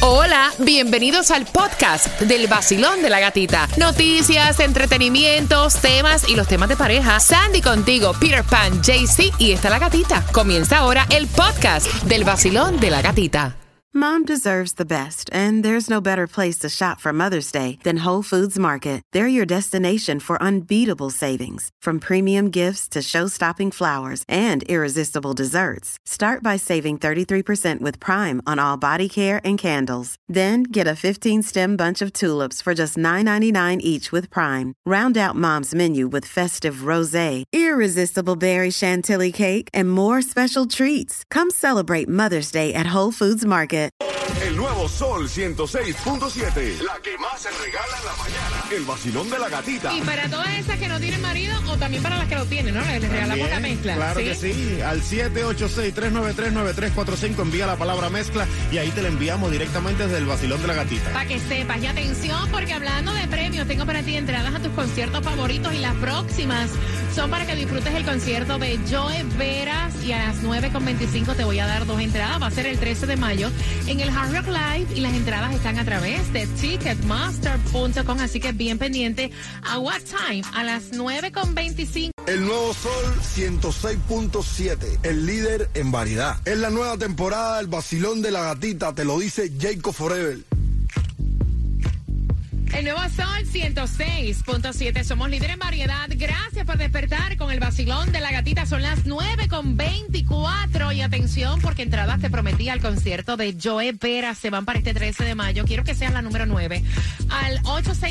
Hola, bienvenidos al podcast del Vacilón de la Gatita. Noticias, entretenimientos, temas y los temas de pareja. Sandy contigo, Peter Pan, JC y está la gatita. Comienza ahora el podcast del Vacilón de la Gatita. Mom deserves the best, and there's no better place to shop for Mother's Day than Whole Foods Market. They're your destination for unbeatable savings, from premium gifts to show-stopping flowers and irresistible desserts. Start by saving 33% with Prime on all body care and candles. Then get a 15-stem bunch of tulips for just $9.99 each with Prime. Round out Mom's menu with festive rosé, irresistible berry chantilly cake, and more special treats. Come celebrate Mother's Day at Whole Foods Market. El nuevo Sol 106.7. La que más se regala en la mañana. El vacilón de la gatita. Y para todas esas que no tienen marido o también para las que lo tienen, ¿no? Les regalamos la mezcla. Claro, ¿sí? que sí. Al 786-393-9345 envía la palabra mezcla y ahí te la enviamos directamente desde el vacilón de la gatita. Para que sepas. Y atención, porque hablando de premios, tengo para ti entradas a tus conciertos favoritos y las próximas son para que disfrutes el concierto de Joe Veras y a las 9:25 te voy a dar 2 entradas. Va a ser el 13 de mayo en el Hard Rock Live y las entradas están a través de Ticketmaster.com, así que bien pendiente. ¿A what time? A las 9:25. El nuevo Sol 106.7. El líder en variedad. Es la nueva temporada del vacilón de la gatita. Te lo dice Jacob Forever. El nuevo Sol 106.7. Somos líderes en variedad. Gracias por despertar con el vacilón de la gatita. Son las 9:24. Y atención, porque entradas te prometí al concierto de Joe Veras. Se van para este 13 de mayo. Quiero que seas la número 9. Al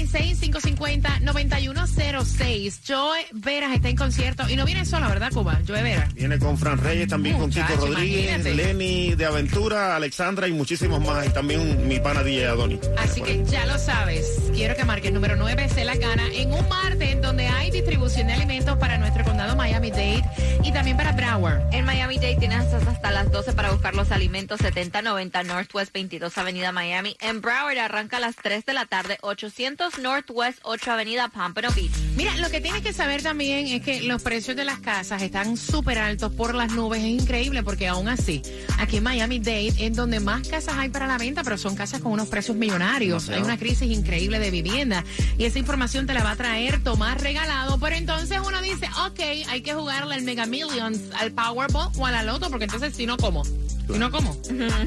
866-550-9106. Joe Veras está en concierto. Y no viene sola, ¿verdad, Cuba? Joe Veras. Viene con Fran Reyes, también con Kiko Rodríguez, imagínate. Lenny de Aventura, Alexandra y muchísimos más. Y también mi pana DJ Adoni. Así que ya lo sabes. Quiero que marques número 9, se la gana en un martes donde hay distribución de alimentos para nuestro condado Miami-Dade y también para Broward. En Miami-Dade tienes hasta las 12 para buscar los alimentos. 7090 Northwest 22 Avenida Miami. En Broward arranca a las 3 de la tarde. 800 Northwest 8 Avenida Pompano Beach. Mira, lo que tienes que saber también es que los precios de las casas están súper altos por las nubes. Es increíble porque aún así, aquí en Miami-Dade es donde más casas hay para la venta, pero son casas con unos precios millonarios. Hay una crisis increíble de vivienda y esa información te la va a traer Tomás Regalado, pero entonces uno dice, ok, hay que jugarle al Mega Millions, al Powerball o a la Loto, porque entonces si no, ¿cómo? Si no, ¿cómo?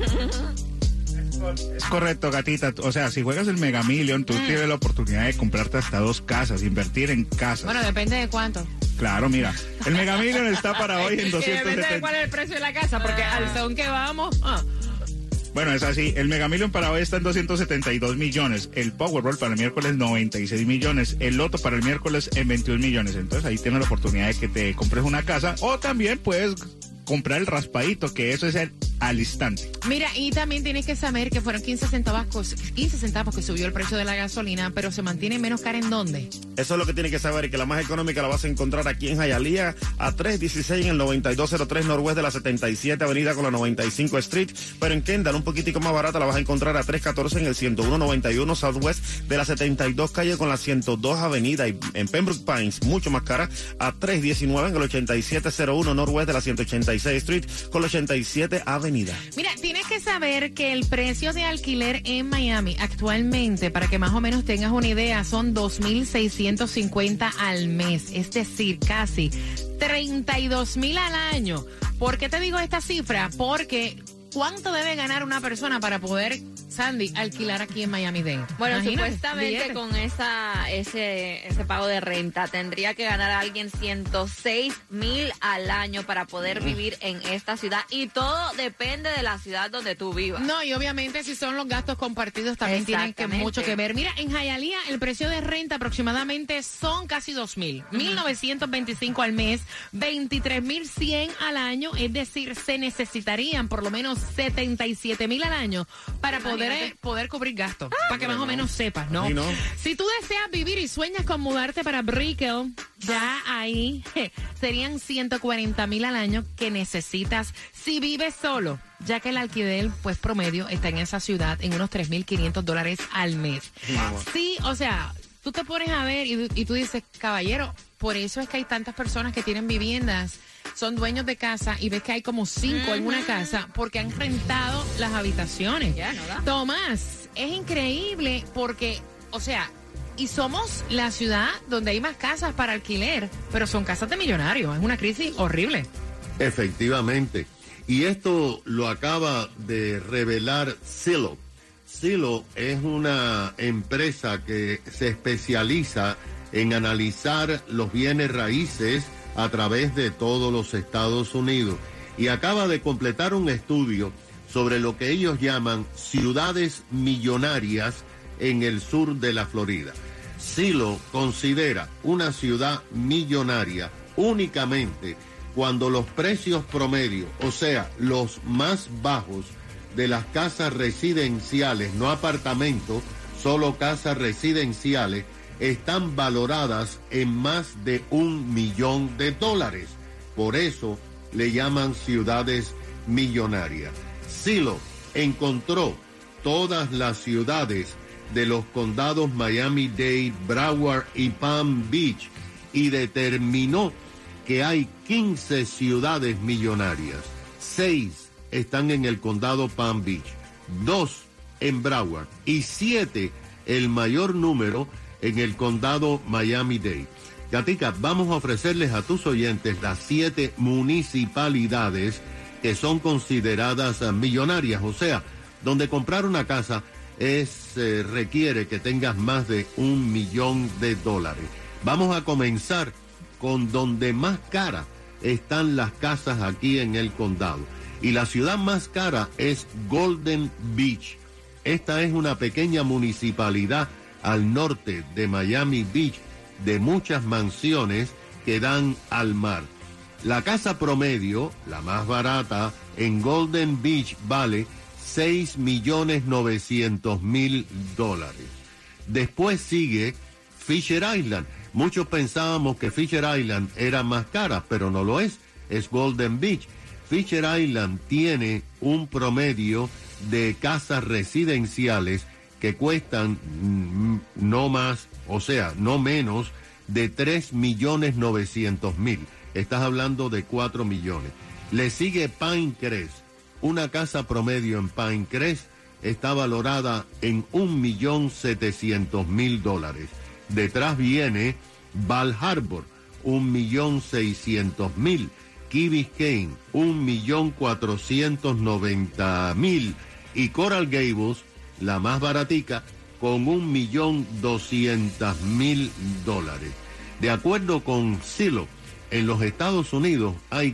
Es correcto, gatita. O sea, si juegas el Mega Million, tú tienes la oportunidad de comprarte hasta 2 casas, invertir en casas. Bueno, depende de cuánto. Claro, mira, el Mega Million está para hoy en Y depende de 270. cuál es el precio de la casa, porque al son que vamos... Bueno, es así. El Mega Million para hoy está en 272 millones. El Powerball para el miércoles 96 millones. El Loto para el miércoles en 21 millones. Entonces ahí tienes la oportunidad de que te compres una casa o también puedes comprar el raspadito, que eso es al instante. Mira, y también tienes que saber que fueron 15 centavos que subió el precio de la gasolina, pero se mantiene menos cara ¿en dónde? Eso es lo que tienes que saber, que la más económica la vas a encontrar aquí en Hialeah, a 316 en el 9203 Norwest de la 77 Avenida con la 95 Street, pero en Kendall un poquitico más barata la vas a encontrar a 314 en el 10191 Southwest de la 72 Calle con la 102 Avenida, y en Pembroke Pines mucho más cara a 319 en el 8701 Norwest de la 186 Street con la 87 Avenida. Mira, tienes que saber que el precio de alquiler en Miami actualmente, para que más o menos tengas una idea, son $2,650 al mes, es decir, casi $32,000 al año. ¿Por qué te digo esta cifra? Porque ¿cuánto debe ganar una persona para poder, Sandy, alquilar aquí en Miami-Dade? Bueno, Imagínate, supuestamente billete. con ese pago de renta tendría que ganar a alguien $106,000 al año para poder vivir en esta ciudad, y todo depende de la ciudad donde tú vivas. No, y obviamente si son los gastos compartidos también tienen mucho que ver. Mira, en Hialeah el precio de renta aproximadamente son casi $2,000. 1,925 al mes, 23,100 al año, es decir, se necesitarían por lo menos 77,000 al año para poder cubrir gastos. Para que más o menos sepas, ¿no? Sí, ¿no? Si tú deseas vivir y sueñas con mudarte para Brickell, ya ahí serían 140,000 al año que necesitas si vives solo, ya que el alquiler pues promedio está en esa ciudad en unos $3,500 al mes. Sí, o sea, tú te pones a ver y tú dices, caballero, por eso es que hay tantas personas que tienen viviendas son dueños de casa y ves que hay como 5 en una casa porque han rentado las habitaciones. Tomás, es increíble porque, o sea, y somos la ciudad donde hay más casas para alquiler, pero son casas de millonarios. Es una crisis horrible. Efectivamente. Y esto lo acaba de revelar Zillow. Zillow es una empresa que se especializa en analizar los bienes raíces a través de todos los Estados Unidos. Y acaba de completar un estudio sobre lo que ellos llaman ciudades millonarias en el sur de la Florida. Zillow considera una ciudad millonaria únicamente cuando los precios promedio, o sea, los más bajos de las casas residenciales, no apartamentos, solo casas residenciales, están valoradas en más de $1 millón. Por eso le llaman ciudades millonarias. Zillow encontró todas las ciudades de los condados Miami-Dade, Broward y Palm Beach y determinó que hay 15 ciudades millonarias. 6 están en el condado Palm Beach, 2 en Broward y 7, el mayor número, en el condado Miami-Dade. Gatica, vamos a ofrecerles a tus oyentes las 7 municipalidades que son consideradas millonarias, o sea, donde comprar una casa requiere que tengas más de $1 millón. Vamos a comenzar con donde más cara están las casas aquí en el condado. Y la ciudad más cara es Golden Beach. Esta es una pequeña municipalidad al norte de Miami Beach de muchas mansiones que dan al mar. La casa promedio, la más barata, en Golden Beach vale $6.900.000. Después sigue Fisher Island. Muchos pensábamos que Fisher Island era más cara, pero no lo es. Es Golden Beach. Fisher Island tiene un promedio de casas residenciales que cuestan no más, o sea, no menos de $3.900.000. Estás hablando de 4 millones. Le sigue Pinecrest. Una casa promedio en Pinecrest está valorada en $1.700.000. Detrás viene Bal Harbour, $1.600.000. Key Biscayne, $1.490.000. Y Coral Gables, la más baratica, con $1.200.000. De acuerdo con Zillow, en los Estados Unidos hay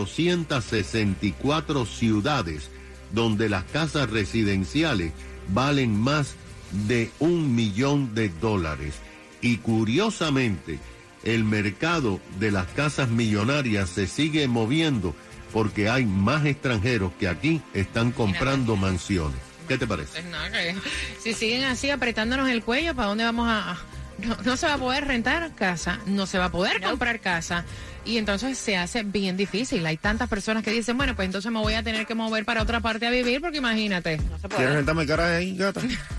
464 ciudades donde las casas residenciales valen más de $1 millón. Y curiosamente, el mercado de las casas millonarias se sigue moviendo porque hay más extranjeros que aquí están comprando mansiones. ¿Qué te parece? Pues nada, si siguen así apretándonos el cuello, ¿para dónde vamos a...? No se va a poder rentar casa, no se va a poder comprar casa y entonces se hace bien difícil. Hay tantas personas que dicen, bueno, pues entonces me voy a tener que mover para otra parte a vivir porque imagínate. No se puede. ¿Quieres rentarme cara ahí, gata?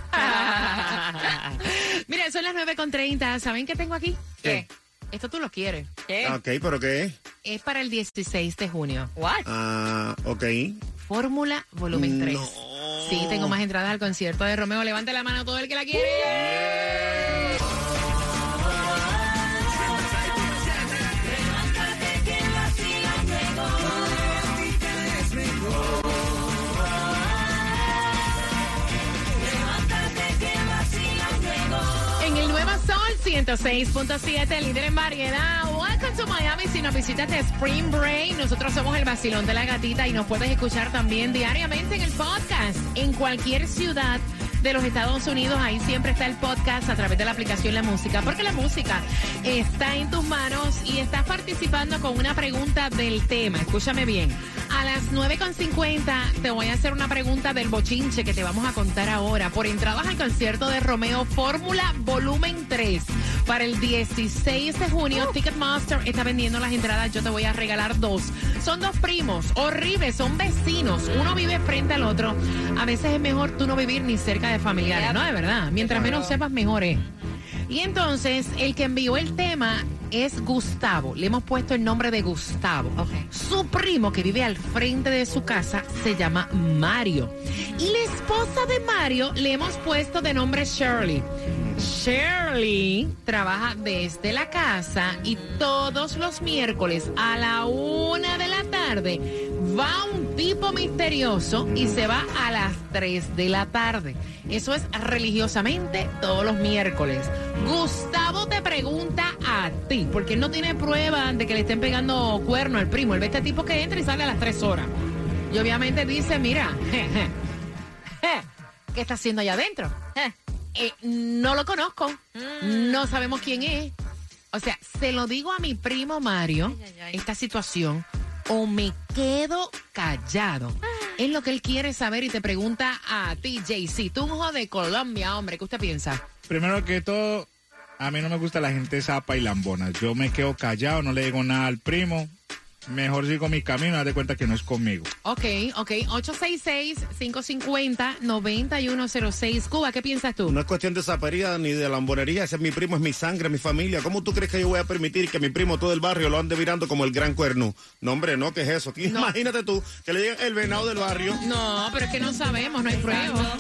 Mira, son las 9:30. ¿Saben qué tengo aquí? ¿Qué? Esto tú lo quieres. ¿Qué? Ok, ¿pero qué es? Es para el 16 de junio. What? Ok. Fórmula Volumen 3. No. Sí, tengo más entradas al concierto de Romeo. Levante la mano todo el que la quiere. En el Nueva Sol 106.7, líder en variedad. Welcome to Miami. Si nos visitas de Spring Break, nosotros somos el vacilón de la gatita y nos puedes escuchar también diariamente en el podcast en cualquier ciudad de los Estados Unidos. Ahí siempre está el podcast a través de la aplicación La Música, porque la música está en tus manos y estás participando con una pregunta del tema. Escúchame bien. A las 9:50 te voy a hacer una pregunta del bochinche que te vamos a contar ahora por entradas al concierto de Romeo Fórmula Volumen 3 para el 16 de junio. Ticketmaster está vendiendo las entradas. Yo te voy a regalar 2. Son 2 primos horribles, son vecinos. Uno vive frente al otro. A veces es mejor tú no vivir ni cerca de familiares, ¿no? De verdad. Mientras menos sepas, mejor es. Y entonces, el que envió el tema es Gustavo. Le hemos puesto el nombre de Gustavo. Okay. Su primo, que vive al frente de su casa, se llama Mario. Y la esposa de Mario le hemos puesto de nombre Shirley. Shirley trabaja desde la casa y todos los miércoles a la 1 de la tarde va un tipo misterioso y se va a las 3 de la tarde. Eso es religiosamente todos los miércoles. Gustavo te pregunta a ti, porque él no tiene prueba de que le estén pegando cuerno al primo. Él ve este tipo que entra y sale a las 3 horas. Y obviamente dice, mira, ¿qué está haciendo allá adentro? No lo conozco, no sabemos quién es. O sea, se lo digo a mi primo Mario, esta situación, o me quedo callado. Es lo que él quiere saber y te pregunta a ti, JC, tú un hijo de Colombia, hombre, ¿qué usted piensa? Primero que todo, a mí no me gusta la gente zapa y lambona. Yo me quedo callado, no le digo nada al primo. Mejor sigo mi camino, haz de cuenta que no es conmigo. Ok. 866-550-9106. Cuba, ¿qué piensas tú? No es cuestión de zapería ni de lambonería. Ese es mi primo, es mi sangre, mi familia. ¿Cómo tú crees que yo voy a permitir que mi primo todo el barrio lo ande mirando como el gran cuerno? No, hombre, no, ¿qué es eso? No. Imagínate tú, que le digan el venado del barrio. No, pero es que no sabemos, no hay prueba.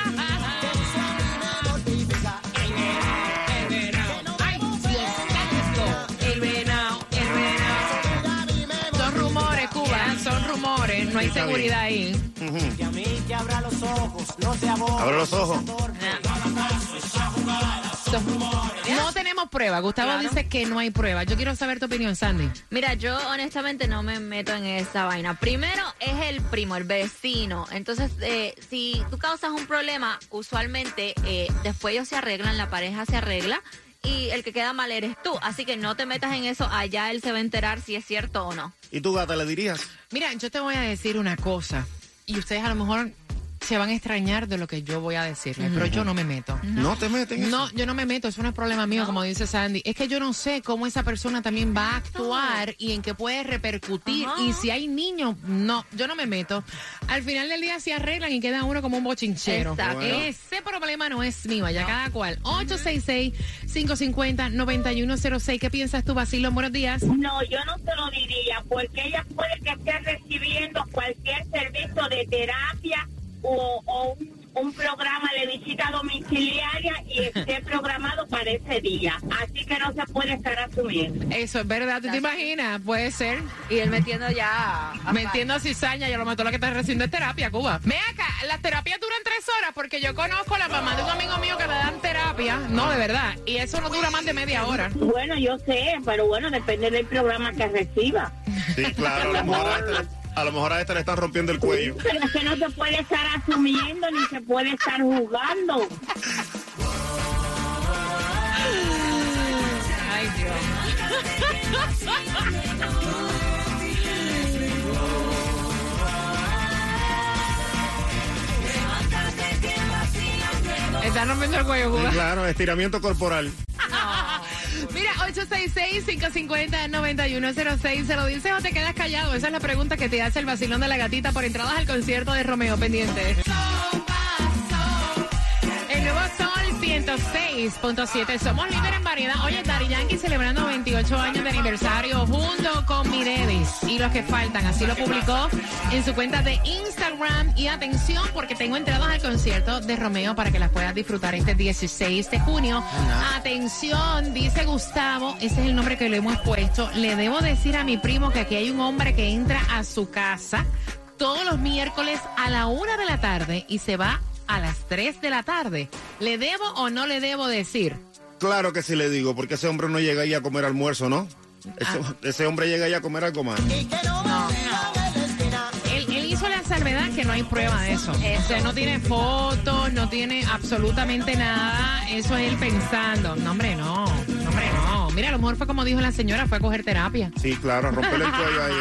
No hay seguridad ahí. Abre los ojos. No tenemos prueba. Gustavo dice que no hay prueba. Yo quiero saber tu opinión, Sandy. Mira, yo honestamente no me meto en esa vaina. Primero es el primo, el vecino. Entonces, si tú causas un problema, usualmente después ellos se arreglan, la pareja se arregla. Y el que queda mal eres tú. Así que no te metas en eso. Allá él se va a enterar si es cierto o no. ¿Y tú, gata, le dirías? Mira, yo te voy a decir una cosa. Y ustedes a lo mejor se van a extrañar de lo que yo voy a decirles. Pero yo no me meto. ¿No te meten? No, yo no me meto. Eso no es problema mío, como dice Sandy. Es que yo no sé cómo esa persona también va a actuar y en qué puede repercutir. Y si hay niños, no, yo no me meto. Al final del día se arreglan y queda uno como un bochinchero. Exacto. Bueno. Ese problema no es mío, allá cada cual. 866-550-9106. ¿Qué piensas tú, Basilón? Buenos días. No, yo no se lo diría, porque ella puede que esté recibiendo cualquier servicio de terapia o un programa de visita domiciliaria y esté programado para ese día. Así que no se puede estar asumiendo. Eso es verdad, ¿tú te imaginas? Puede ser. Y él metiendo ya... Metiendo cizaña, y a lo mejor lo que está recibiendo es terapia, Cuba. Ve acá, las terapias duran 3 horas porque yo conozco a la mamá de un amigo mío que le dan terapia. No, de verdad. Y eso no dura más de media hora. Bueno, yo sé, pero bueno, depende del programa que reciba. Sí, claro, a lo mejor a este le están rompiendo el cuello. Pero es que no se puede estar asumiendo ni se puede estar jugando. Ay, Dios. Están rompiendo el cuello, Cuba. Sí, claro, estiramiento corporal. Mira, 866-550-9106. ¿Se lo dices o te quedas callado? Esa es la pregunta que te hace el vacilón de la gatita por entradas al concierto de Romeo. Pendiente. El nuevo Sol 106.7. Somos líderes en variedad. Oye, Daddy Yankee celebrando 28 años de aniversario junto con Mirevis y los que faltan. Así lo publicó en su cuenta de Instagram. Y atención, porque tengo entradas al concierto de Romeo para que las puedas disfrutar este 16 de junio. Atención, dice Gustavo, ese es el nombre que le hemos puesto. Le debo decir a mi primo que aquí hay un hombre que entra a su casa todos los miércoles a la 1 de la tarde y se va a las 3 de la tarde. ¿Le debo o no le debo decir? Claro que sí le digo, porque ese hombre no llega ahí a comer almuerzo, ¿no? Ese hombre llega ahí a comer algo más. No. Él hizo la salvedad que no hay prueba de eso. O sea, no tiene fotos, no tiene absolutamente nada. Eso es él pensando. No, hombre, no. No, hombre, no. Mira, a lo mejor fue como dijo la señora, fue a coger terapia. Sí, claro, a romperle el cuello ahí.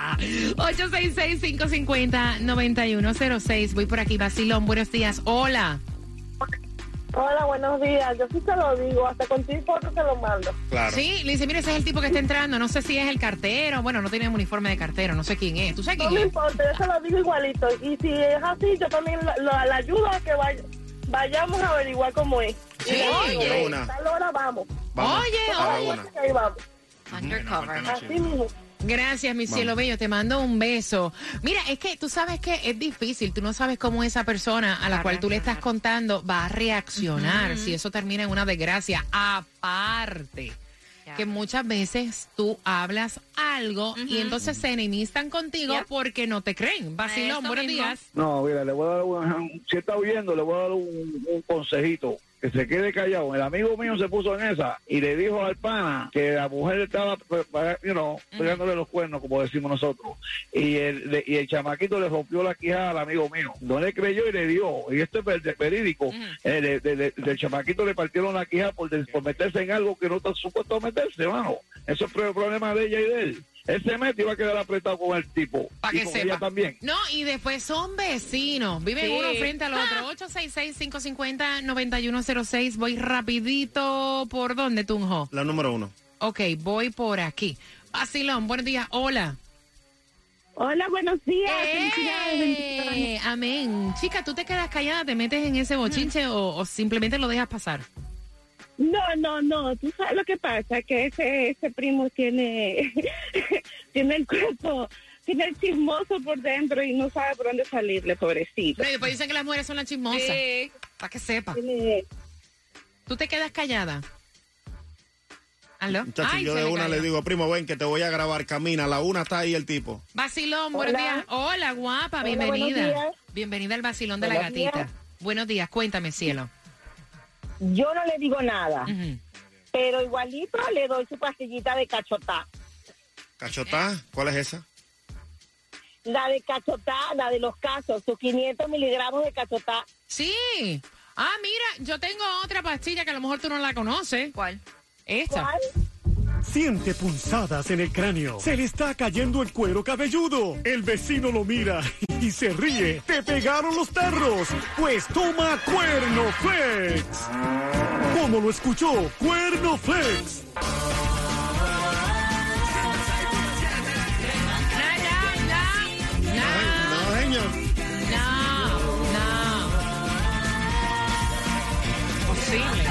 866-550-9106. Voy por aquí, Basilón. Buenos días. Hola. Hola, buenos días. Yo sí se lo digo, hasta con tu foto se lo mando. Claro. Sí, le dice, mire, ese es el tipo que está entrando. No sé si es el cartero. Bueno, no tiene un uniforme de cartero. No sé quién es. ¿Tú sabes quién No me es? importa, yo se lo digo igualito. Y si es así, yo también la ayudo a que vayamos a averiguar cómo es. Sí. De una. A tal hora vamos. Oye, a la oye. una. Ahí vamos. Undercover. Así mismo. Gracias, mi cielo bello, te mando un beso. Mira, es que tú sabes que es difícil, tú no sabes cómo esa persona a la cual tú le estás contando va a reaccionar si eso termina en una desgracia. Aparte, que muchas veces tú hablas algo y entonces se enemistan contigo porque no te creen. Vacilón, Eso buenos mismo. días. No, mira, le voy a dar si está oyendo, le voy a dar un consejito. Que se quede callado. El amigo mío se puso en esa y le dijo al pana que la mujer estaba, pegándole los cuernos, como decimos nosotros. Y el chamaquito le rompió la quijada al amigo mío. No le creyó y le dio. Y esto es verídico. Del chamaquito le partieron la quijada por meterse en algo que no está supuesto a meterse, mano. Eso es problema de ella y de él. Él se mete y va a quedar apretado con el tipo. Para y que con sepa. ella también. No, y después son vecinos. Viven uno frente al otro. 866-550-9106. Voy rapidito. ¿Por dónde, Tunjo? La número 1. Ok, voy por aquí. Vacilón, buenos días. Hola. Hola, buenos días. Felicidades, bendiciones. Amén. Chica, ¿tú te quedas callada, te metes en ese bochinche o simplemente lo dejas pasar? No. Tú sabes lo que pasa, que ese primo tiene, tiene el cuerpo, tiene el chismoso por dentro y no sabe por dónde salirle, pobrecito. No, y después dicen que las mujeres son las chismosas. Sí. Para que sepa. Tiene- ¿Tú te quedas callada? ¿Aló? Muchachos, Ay, yo se de le una cayó. le digo, primo, ven que te voy a grabar, camina. A la 1 está ahí el tipo. Vacilón, buenos Hola. días. Hola, guapa, Hola, bienvenida. buenos días. Bienvenida al vacilón de la Buenos gatita. días. Buenos días, cuéntame, cielo. Yo no le digo nada, Ujú. pero igualito le doy su pastillita de cachotá. ¿Cachotá? ¿Cuál es esa? La de cachotá, la de los casos, sus 500 miligramos de cachotá. Sí. Ah, mira, yo tengo otra pastilla que a lo mejor tú no la conoces. ¿Cuál? Esta. ¿Cuál? Siente punzadas en el cráneo. Se le está cayendo el cuero cabelludo. El vecino lo mira y se ríe. ¡Te pegaron los tarros! Pues toma Cuerno Flex. ¿Cómo lo escuchó? Cuerno Flex. No, señor. No. Posible.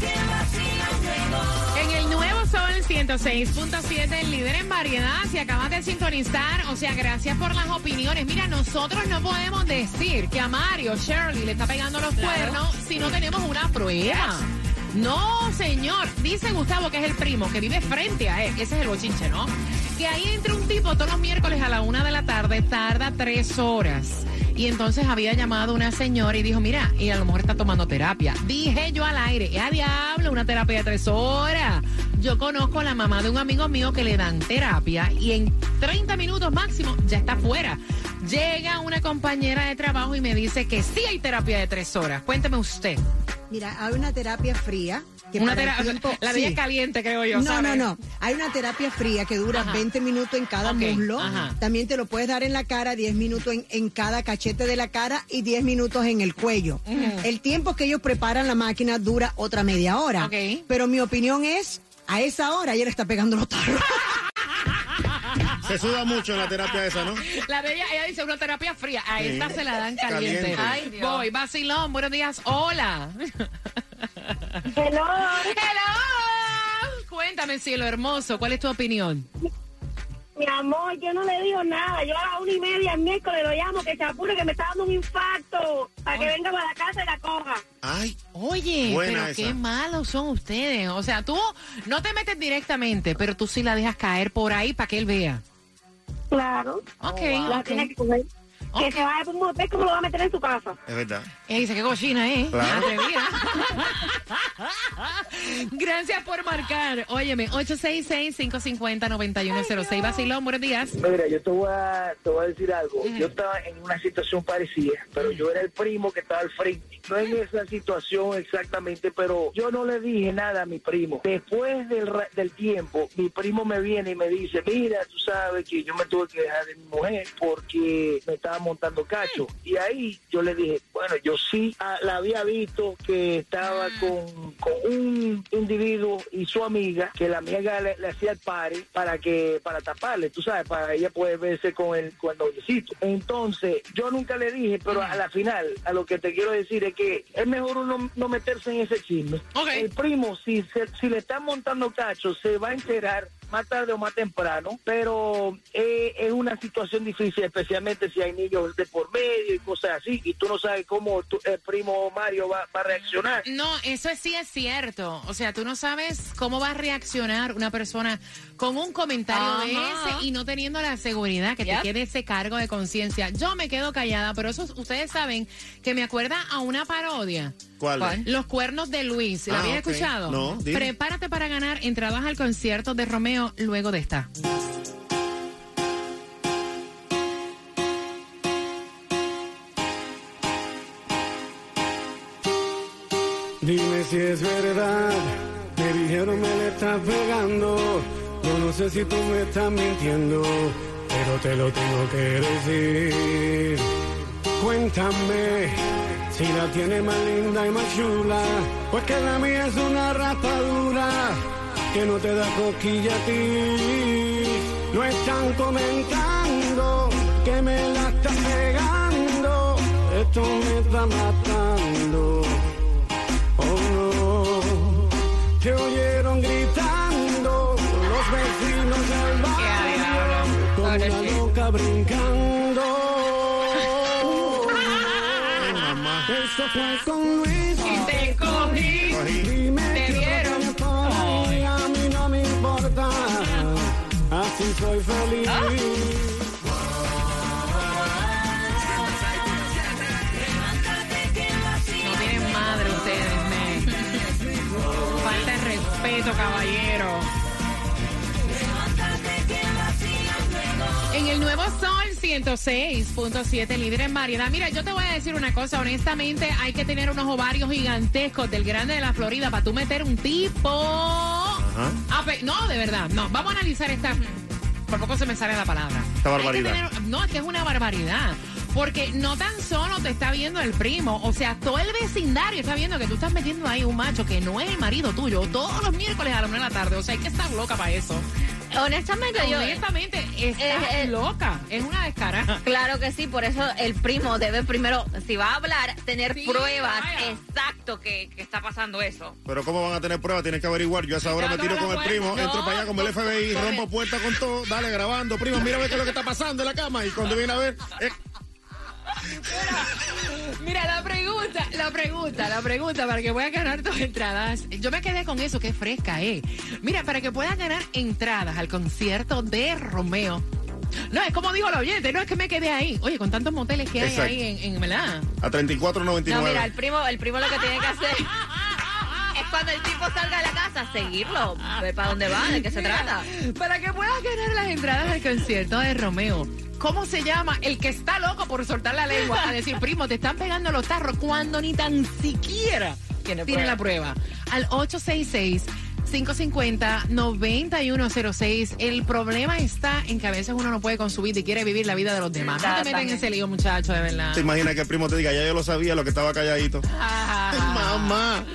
En el nuevo Sol 106.7, el líder en variedad, si acabas de sintonizar, o sea, gracias por las opiniones. Mira, nosotros no podemos decir que a Mario Shirley le está pegando los cuernos si no tenemos una prueba. No, señor. Dice Gustavo, que es el primo, que vive frente a él. Ese es el bochinche, ¿no? Que ahí entra un tipo todos los miércoles a la 1 de la tarde, tarda 3 horas. Y entonces había llamado una señora y dijo, mira, y a lo mejor está tomando terapia. Dije yo al aire, ¡a diablo! Una terapia de 3 horas. Yo conozco a la mamá de un amigo mío que le dan terapia y en 30 minutos máximo ya está fuera. Llega una compañera de trabajo y me dice que sí hay terapia de 3 horas. Cuénteme usted. Mira, hay una terapia fría. Que Una para el terapia, tiempo- la sí. de ella es caliente, creo yo. No, ¿sabes? no. Hay una terapia fría que dura Ajá. 20 minutos en cada Ok, muslo. ajá. También te lo puedes dar en la cara, 10 minutos en cada cachete de la cara y 10 minutos en el cuello. El tiempo que ellos preparan la máquina dura otra media hora. Ok. Pero mi opinión es, a esa hora ella le está pegando los tarros. Se suda mucho en la terapia esa, ¿no? La de ella dice una terapia fría. A Sí. esta se la dan caliente. Caliente. Ay, Dios. Voy, vacilón, buenos días. Hola. Hello. Hello. Cuéntame, cielo hermoso, ¿cuál es tu opinión? Mi amor, yo no le digo nada. Yo a las 1:30 el miércoles lo llamo, que se apure, que me está dando un infarto. Para que venga para la casa y la coja. Ay, Oye, Buena pero esa. qué malos son ustedes. O sea, tú no te metes directamente, pero tú sí la dejas caer por ahí para que él vea. Claro. Ok, La ok. tiene que coger. Ok. Que se vaya por un motel, como lo va a meter en su casa. es verdad. Ella dice, qué cochina, ¿eh? Claro. Atrevida. Gracias por marcar. Óyeme, 866-550-9106. Vacilón, buenos días. Mira, yo te voy a decir algo. Yo estaba en una situación parecida, pero yo era el primo que estaba al frente. No en esa situación exactamente, pero yo no le dije nada a mi primo. Después del tiempo, mi primo me viene y me dice, mira, tú sabes que yo me tuve que dejar de mi mujer porque me estaba estaba montando cacho. Y ahí yo le dije, bueno, yo sí la había visto que estaba con un individuo y su amiga, que la amiga le hacía el party para taparle, tú sabes, para ella poder verse con el noviecito. Entonces, yo nunca le dije, pero a la final, a lo que te quiero decir es que es mejor uno no meterse en ese chisme. Okay. El primo, si le están montando cacho, se va a enterar más tarde o más temprano, pero es una situación difícil, especialmente si hay niños de por medio y cosas así, y tú no sabes cómo el primo Mario va a reaccionar. No, eso sí es cierto. O sea, tú no sabes cómo va a reaccionar una persona con un comentario de ese y no teniendo la seguridad que te quede ese cargo de conciencia. Yo me quedo callada, pero eso ustedes saben que me acuerda a una parodia. ¿Cuál? Los cuernos de Luis. ¿La habías escuchado? No, dime. Prepárate para ganar entradas al concierto de Romeo luego de esta. Dime si es verdad, me dijeron me le estás pegando. Yo no sé si tú me estás mintiendo, pero te lo tengo que decir. Cuéntame si la tiene más linda y más chula, pues que la mía es una raspadura que no te da cosquilla a ti. Lo están comentando que me la están pegando, esto me está matando. Oh no, te oyeron gritando los vecinos del barrio, como una loca brincando. Eso fue con Luis y te cogí. Dime te vieron por ahí, a mí no me importa, así soy feliz. No tienen madre ustedes, falta de respeto, caballero. En el Nuevo Sol 106.7, líder en variedad. Mira, yo te voy a decir una cosa, honestamente, hay que tener unos ovarios gigantescos del grande de la Florida para tú meter un tipo. No, de verdad, no. Vamos a analizar esta. Por poco se me sale la palabra. Esta barbaridad. No, es que es una barbaridad. Porque no tan solo te está viendo el primo, o sea, todo el vecindario está viendo que tú estás metiendo ahí un macho que no es el marido tuyo todos los miércoles a las 9 de la tarde. O sea, hay que estar loca para eso. Honestamente, está loca. Es una descarada. Claro que sí, por eso el primo debe primero, si va a hablar, tener pruebas exacto que está pasando eso. Pero ¿cómo van a tener pruebas? Tienes que averiguar. Yo a esa hora me tiro con el primo, entro para allá como el FBI, rompo puerta con todo, dale grabando. Primo, mira a ver qué es lo que está pasando en la cama. Y cuando viene a ver... Mira, la pregunta para que puedas ganar tus entradas. Yo me quedé con eso, que fresca, Mira, para que puedas ganar entradas al concierto de Romeo. No, es como dijo el oyente, no es que me quedé ahí. Oye, con tantos moteles que hay ahí en ¿verdad? A 34.99. No, mira, el primo lo que tiene que hacer es cuando el tipo salga de la casa, seguirlo, ver para dónde va, de qué se trata. Para que puedas ganar las entradas al concierto de Romeo. ¿Cómo se llama? El que está loco por soltar la lengua a decir, primo, te están pegando los tarros cuando ni tan siquiera tiene la prueba. Al 866-550-9106. El problema está en que a veces uno no puede consumir y quiere vivir la vida de los demás. No te metas en ese lío, muchacho, de verdad. ¿Te imaginas que el primo te diga, ya yo lo sabía, lo que estaba calladito? Mamá.